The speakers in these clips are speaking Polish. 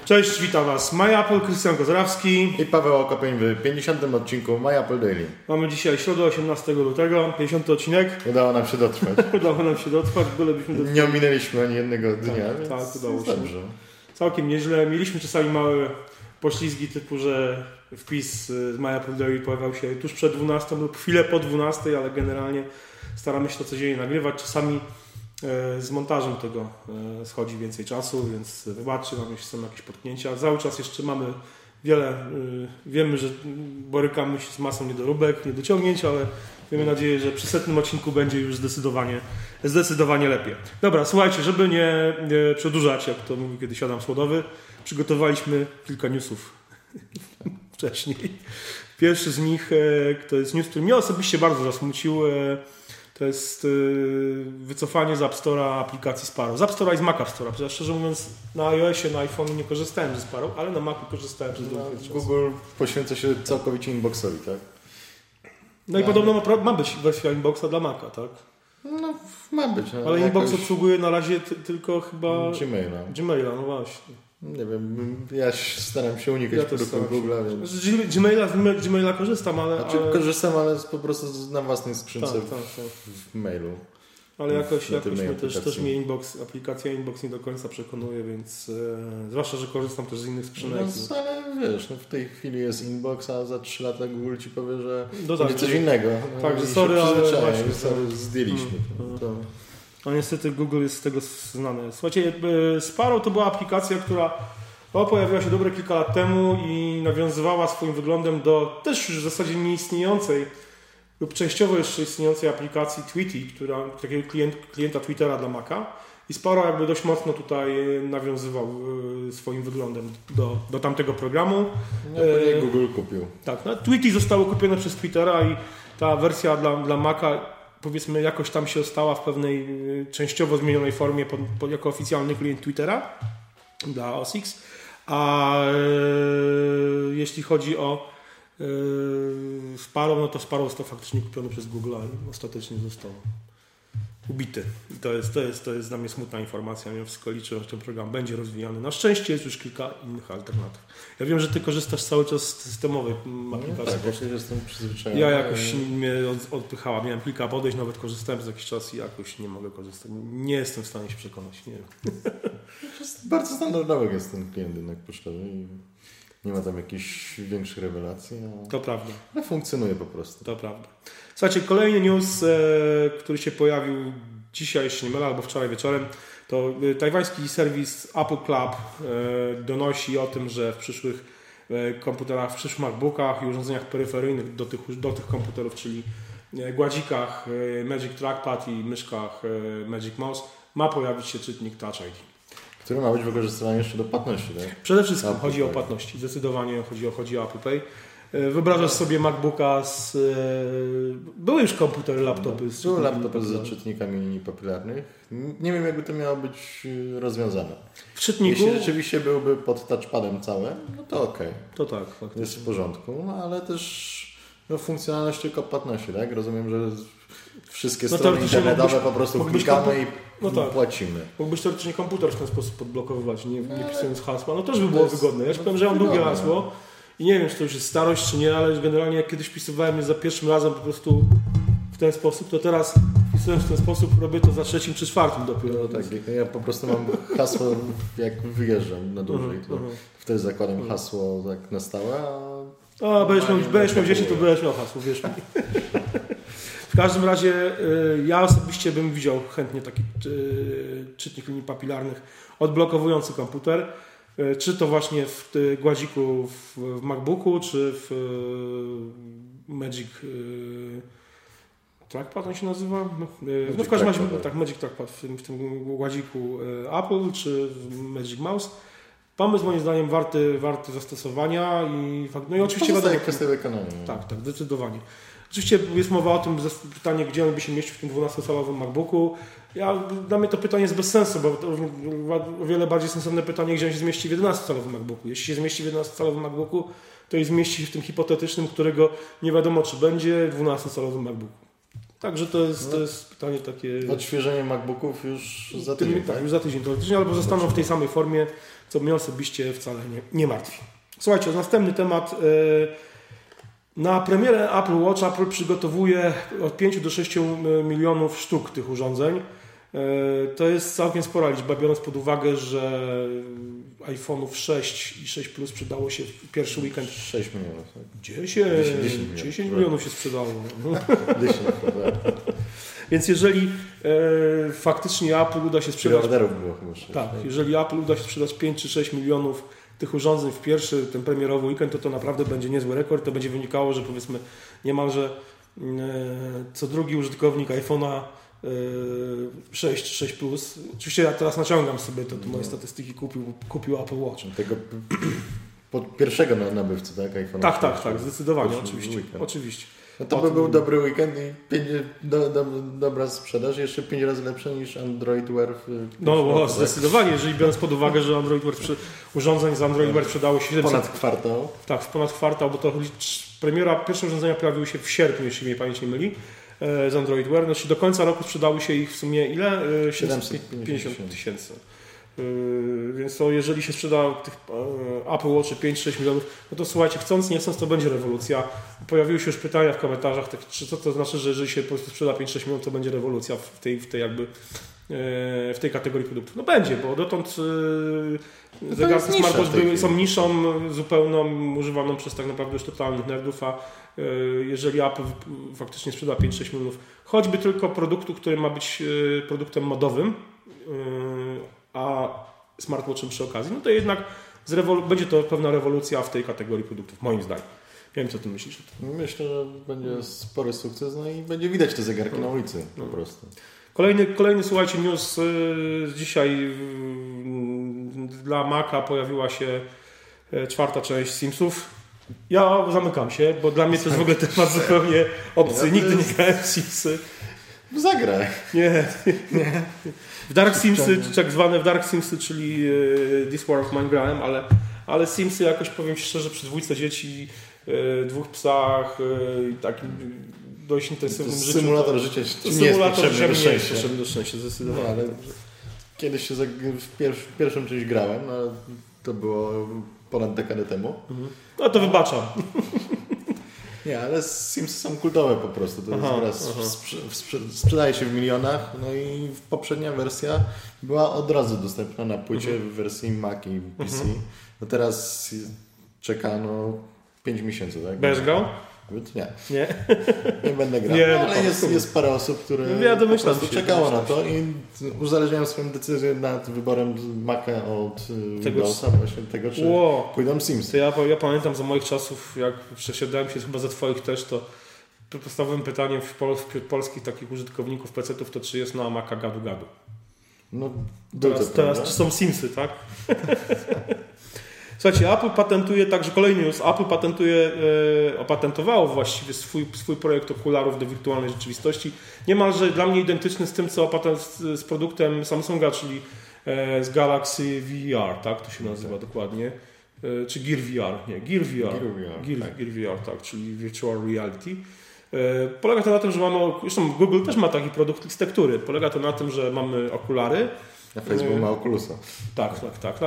Cześć, witam Was MyApple, Krystian Kozrawski i Paweł Okopień w 50. odcinku MyApple Daily. Mamy dzisiaj środę 18 lutego, 50. odcinek. Udało nam się dotrwać. Bylebyśmy Nie ominęliśmy ani jednego dnia, więc tak, udało się. Dobrze. Całkiem nieźle. Mieliśmy czasami małe poślizgi typu, że wpis z MyApple Daily pojawiał się tuż przed 12 lub chwilę po 12, ale generalnie staramy się to codziennie nagrywać. Czasami z montażem tego schodzi więcej czasu, więc wybaczcie nam, jeśli są jakieś potknięcia. Cały czas jeszcze mamy wiemy, że borykamy się z masą niedoróbek, niedociągnięć, ale mamy nadzieję, że przy 100. odcinku będzie już zdecydowanie lepiej. Dobra, słuchajcie, żeby nie przedłużać, jak to mówi kiedyś Adam Słodowy, przygotowaliśmy kilka newsów wcześniej. Pierwszy z nich to jest news, który mnie osobiście bardzo zasmucił. To jest wycofanie z App Store'a aplikacji Sparrow. Z App Store'a i z Mac App Store'a. Ja szczerze mówiąc na iOSie, na iPhone nie korzystałem ze Sparrow, ale na Macu korzystałem przez długi czas. Google poświęca się całkowicie inboxowi, tak? No i podobno ma być wersja inboxa dla Maca, tak? No, ma być. No, ale inbox obsługuje na razie tylko chyba Gmaila, no właśnie. Nie wiem, ja staram się unikać produktów Google'a, więc... Z Gmaila korzystam, ale... Korzystam, ale po prostu na własnej skrzynce w mailu. Ale jakoś mnie też mnie aplikacja Inbox nie do końca przekonuje, więc zwłaszcza, że korzystam też z innych skrzynek. No, ale wiesz, w tej chwili jest Inbox, a za 3 lata Google ci powie, że będzie coś innego. Także sorry, ale właśnie zdjęliśmy. No niestety Google jest z tego znany. Słuchajcie, Sparrow to była aplikacja, która pojawiła się dobre kilka lat temu i nawiązywała swoim wyglądem do też już w zasadzie nieistniejącej lub częściowo jeszcze istniejącej aplikacji Tweety, takiego klienta Twittera dla Maca. I Sparrow jakby dość mocno tutaj nawiązywał swoim wyglądem do tamtego programu. No, Google kupił. Tak, no, Tweety zostało kupione przez Twittera i ta wersja dla Maca powiedzmy jakoś tam się ostała w pewnej częściowo zmienionej formie jako oficjalny klient Twittera dla OS X. A jeśli chodzi o Sparrow, no to Sparrow został faktycznie kupiony przez Google, a ostatecznie został ubity. I to jest dla mnie smutna informacja. Mimo wszystko liczę, że ten program będzie rozwijany. Na szczęście jest już kilka innych alternatyw. Ja wiem, że ty korzystasz cały czas z systemowej aplikacji. Tak, ja jestem przyzwyczajony. Ja jakoś mnie odpychała. Miałem kilka podejść, nawet korzystałem przez jakiś czas i jakoś nie mogę korzystać. Nie jestem w stanie się przekonać. Nie wiem. Bardzo standardowy jest ten klient jednak pocztowy i nie ma tam jakichś większych rewelacji. To prawda. Ale funkcjonuje po prostu. To prawda. Słuchajcie, kolejny news, który się pojawił dzisiaj, jeśli nie mylę, albo wczoraj wieczorem, to tajwański serwis Apple Club donosi o tym, że w przyszłych komputerach, w przyszłych MacBookach i urządzeniach peryferyjnych do tych komputerów, czyli gładzikach Magic Trackpad i myszkach Magic Mouse, ma pojawić się czytnik Touch ID. Który ma być wykorzystywany jeszcze do płatności, tak? Przede wszystkim chodzi o płatności. Zdecydowanie chodzi o Apple Pay. Wyobrażasz sobie MacBooka były już komputery, laptopy. Były laptopy z czytnikami linii papilarnych. Nie wiem, jakby to miało być rozwiązane. W czytniku? Jeśli rzeczywiście byłby pod touchpadem całe, no to okej. To tak, faktycznie. Jest w porządku, no, ale też funkcjonalność tylko płatności, tak? Rozumiem, że wszystkie strony internetowe po prostu klikamy i płacimy. Mógłbyś teoretycznie komputer w ten sposób podblokowywać, nie pisując hasła. No też by było wygodne. Ja ci powiem, że mam długie hasło i nie wiem, czy to już jest starość, czy nie, ale generalnie jak kiedyś wpisywałem je za pierwszym razem po prostu w ten sposób, to teraz wpisując w ten sposób robię to za trzecim czy czwartym dopiero. No tak, ja po prostu mam hasło, jak wyjeżdżam na dłużej, to wtedy zakładam hasło tak na stałe, będziesz miał dzieci, to będziesz miał hasło, wiesz mi. W każdym razie ja osobiście bym widział chętnie taki czytnik linii papilarnych odblokowujący komputer. Czy to właśnie w gładziku w MacBooku, czy w Magic Trackpad on się nazywa? No w każdym razie tak, Magic Trackpad w tym gładziku Apple, czy w Magic Mouse. Pomysł moim zdaniem warty zastosowania i no i oczywiście wiadomo, kwestia wykonania. Tak, zdecydowanie. Oczywiście jest mowa o tym, pytanie, gdzie on by się mieścił w tym 12-calowym MacBooku. Dla mnie to pytanie jest bez sensu, bo to o wiele bardziej sensowne pytanie, gdzie on się zmieści w 11-calowym MacBooku. Jeśli się zmieści w 11-calowym MacBooku, to i zmieści się w tym hipotetycznym, którego nie wiadomo czy będzie, 12-calowym MacBooku. Także to jest pytanie takie... Odświeżenie MacBooków już za tydzień, tak? Już za tydzień, albo zostaną w tej samej formie, co mnie osobiście wcale nie martwi. Słuchajcie, następny temat. Na premierę Apple Watch Apple przygotowuje od 5 do 6 milionów sztuk tych urządzeń. To jest całkiem spora liczba, biorąc pod uwagę, że iPhone'ów 6 i 6 Plus sprzedało się w pierwszy weekend. 6 milionów. Tak? 10 milionów się sprzedało. 10, Więc jeżeli faktycznie Apple uda się sprzedać... Orderów było chyba 6. Tak, jeżeli Apple uda się sprzedać 5 czy 6 milionów tych urządzeń w pierwszy, ten premierowy weekend, to naprawdę będzie niezły rekord. To będzie wynikało, że powiedzmy niemalże co drugi użytkownik iPhone'a 6 Plus. Oczywiście ja teraz naciągam sobie te moje statystyki, kupił Apple Watch. Tego pierwszego nabywcy, tak? iPhone. Tak, zdecydowanie, oczywiście. No to by był dobry weekend i dobra sprzedaż, jeszcze 5 razy lepsza niż Android Wear. No zdecydowanie, jeżeli biorąc pod uwagę, że Android Wear urządzeń z Android Wear sprzedało się 700... Ponad kwartał. Tak, w ponad kwartał, bo to pierwsze urządzenia pojawiły się w sierpniu, jeśli mnie pamięć nie myli, z Android Wear. Znaczy do końca roku sprzedały się ich w sumie ile? 750 tysięcy. Więc to jeżeli się sprzeda tych Apple Watch 5-6 milionów, no to słuchajcie, chcąc nie chcąc to będzie rewolucja. Pojawiły się już pytania w komentarzach, czy co to znaczy, że jeżeli się po prostu sprzeda 5-6 milionów, to będzie rewolucja w tej kategorii produktów. No będzie, bo dotąd zegarki smartwatch są niszą zupełną, używaną przez tak naprawdę już totalnych nerdów, a jeżeli Apple faktycznie sprzeda 5-6 milionów, choćby tylko produktu, który ma być produktem modowym, a smartwatchem przy okazji, no to jednak będzie to pewna rewolucja w tej kategorii produktów, moim zdaniem. Nie wiem, co ty myślisz. Myślę, że będzie spory sukces, no i będzie widać te zegarki na ulicy po prostu. Kolejny, słuchajcie, news dzisiaj dla Maca pojawiła się 4. część Simsów. Ja zamykam się, bo dla mnie to jest w ogóle temat zupełnie obcy. Nigdy nie grałem w Simsy. Zagraj. Nie. W Dark Simsy, tak zwane w Dark Simsy, czyli This War of Mine grałem, ale Simsy jakoś, powiem szczerze, przy 2 dzieci, 2 psach i takim dość intensywnym życiu. Symulator życia nie jest potrzebny do szczęścia, zdecydowanie. No, ale kiedyś się w pierwszą część grałem, ale to było ponad dekadę temu. No to wybaczam. Nie, ale Simsy są kultowe po prostu. To jest sprzedaje się w milionach, no i poprzednia wersja była od razu dostępna na płycie w wersji Mac i PC. No teraz czeka 5 miesięcy, tak? Będziesz grał? Nie będę grał, ale jest parę osób, które po prostu czekało na to i uzależniają swoją decyzję nad wyborem Maca od Windowsa, właśnie tego, czy pójdą Simsy. Ja pamiętam za moich czasów, jak przesiadałem się chyba za twoich też, to podstawowym pytaniem wśród polskich takich użytkowników PC-ów to czy jest na Maca gadu-gadu. No, teraz czy są Simsy, tak? Słuchajcie, Apple patentuje, także kolejny news, Apple opatentowało właściwie swój projekt okularów do wirtualnej rzeczywistości. Niemalże dla mnie identyczny z tym, co z produktem Samsunga, czyli z Galaxy VR, tak to się nazywa dokładnie. Czy Gear VR, nie, Gear VR. Gear VR, tak, czyli Virtual Reality. Polega to na tym, że mamy, zresztą Google też ma taki produkt z tektury. Polega to na tym, że mamy okulary. A Facebook ma Oculusa. Tak.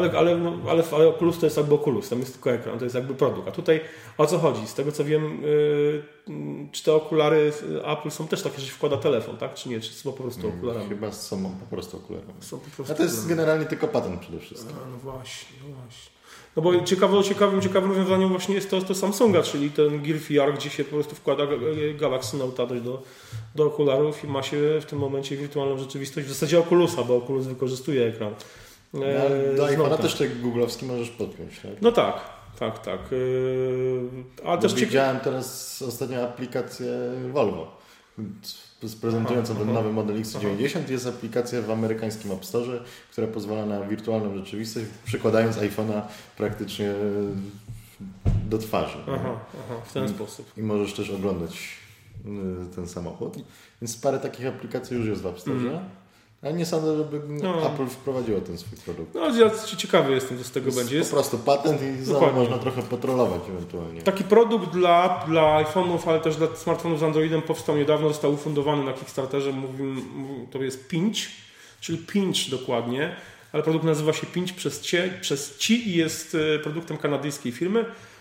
Ale Oculus to jest jakby Oculus, tam jest tylko ekran, to jest jakby produkt. A tutaj o co chodzi? Z tego co wiem, czy te okulary Apple są też takie, że się wkłada telefon, tak? Czy nie? Czy są po prostu okularami? Chyba są po prostu okularami. A to jest generalnie tylko patent przede wszystkim. No właśnie. No bo ciekawym rozwiązaniem właśnie jest to Samsunga, czyli ten Gear VR, gdzie się po prostu wkłada Galaxy Note do okularów i ma się w tym momencie wirtualną rzeczywistość. W zasadzie Oculusa, bo Oculus wykorzystuje ekran. Do iPhone'a też tak googlowski możesz podpiąć, tak? No tak. Ale też widziałem teraz ostatnio aplikację Volvo. Prezentującą ten nowy model X90 jest aplikacja w amerykańskim App Store, która pozwala na wirtualną rzeczywistość, przykładając iPhone'a praktycznie do twarzy. W ten sposób. I możesz też oglądać ten samochód. Więc parę takich aplikacji już jest w App Store. Ale nie sądzę, żeby Apple wprowadziło ten swój produkt. No, ja ciekawy jestem, co z tego będzie. Jest po prostu patent i znowu można trochę potrolować ewentualnie. Taki produkt dla iPhone'ów, ale też dla smartfonów z Androidem powstał niedawno, został ufundowany na Kickstarterze. To jest Pinch, czyli Pinch dokładnie, ale produkt nazywa się Pinch przez Ci i jest produktem kanadyjskiej firmy.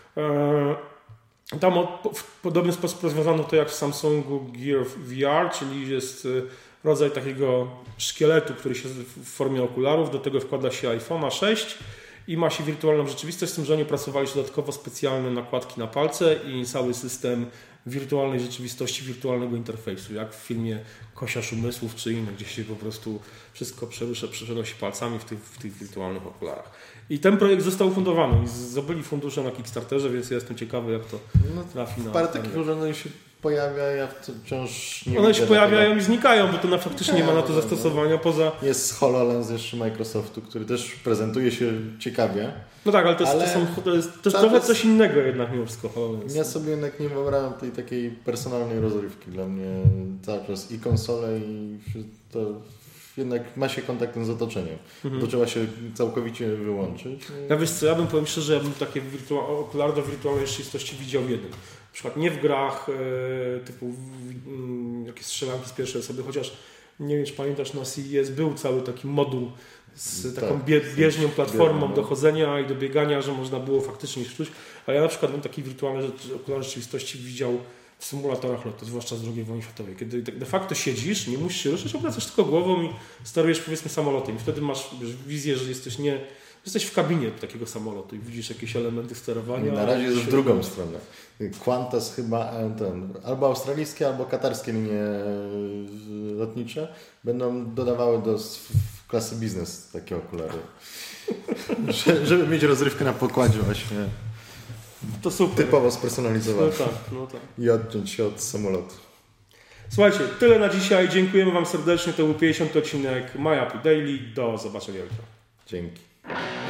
Tam w podobny sposób rozwiązano to jak w Samsungu Gear VR, czyli jest rodzaj takiego szkieletu, który się w formie okularów, do tego wkłada się iPhone'a 6 i ma się wirtualną rzeczywistość, z tym, że oni pracowali dodatkowo specjalne nakładki na palce i cały system wirtualnej rzeczywistości, wirtualnego interfejsu, jak w filmie Kosiarz Umysłów czy inny, gdzie się po prostu wszystko przenosi palcami w tych wirtualnych okularach. I ten projekt został ufundowany i zdobyli fundusze na Kickstarterze, więc ja jestem ciekawy, jak to trafi na... Parę takich urządzeń się pojawia, ja wciąż nie One się pojawiają i znikają, bo to faktycznie nie ma na to zastosowania poza... Jest HoloLens jeszcze Microsoftu, który też prezentuje się ciekawie. No tak, ale to jest trochę coś innego jednak mimo wszystko HoloLens. Ja sobie jednak nie wyobrażam tej takiej personalnej rozrywki. Dla mnie cały czas i konsole i to jednak ma się kontakt z otoczeniem. To trzeba się całkowicie wyłączyć. Ja wiesz co, ja bym powiem szczerze, ja bym takie okulary do wirtualnej rzeczywistości widział jeden. Na przykład nie w grach typu jakieś strzelanki z pierwszej osoby, chociaż nie wiem, czy pamiętasz, na CES był cały taki moduł z taką bieżnią platformą do chodzenia i do biegania, że można było faktycznie czuć. A ja na przykład bym taki wirtualny okular rzeczywistości widział w symulatorach lotu, zwłaszcza z II wojny światowej, kiedy de facto siedzisz, nie musisz się ruszać, obracasz tylko głową i sterujesz powiedzmy samolotem. I wtedy masz wizję, że jesteś w kabinie takiego samolotu i widzisz jakieś elementy sterowania. Na razie jest w drugą stronę. Qantas chyba albo australijskie, albo katarskie linie lotnicze będą dodawały do klasy biznes takie okulary. Żeby mieć rozrywkę na pokładzie właśnie. To super. Typowo spersonalizowane. No tak. I odciąć się od samolotu. Słuchajcie, tyle na dzisiaj. Dziękujemy Wam serdecznie. To był 50. odcinek My Apple Daily. Do zobaczenia jutro. Dzięki.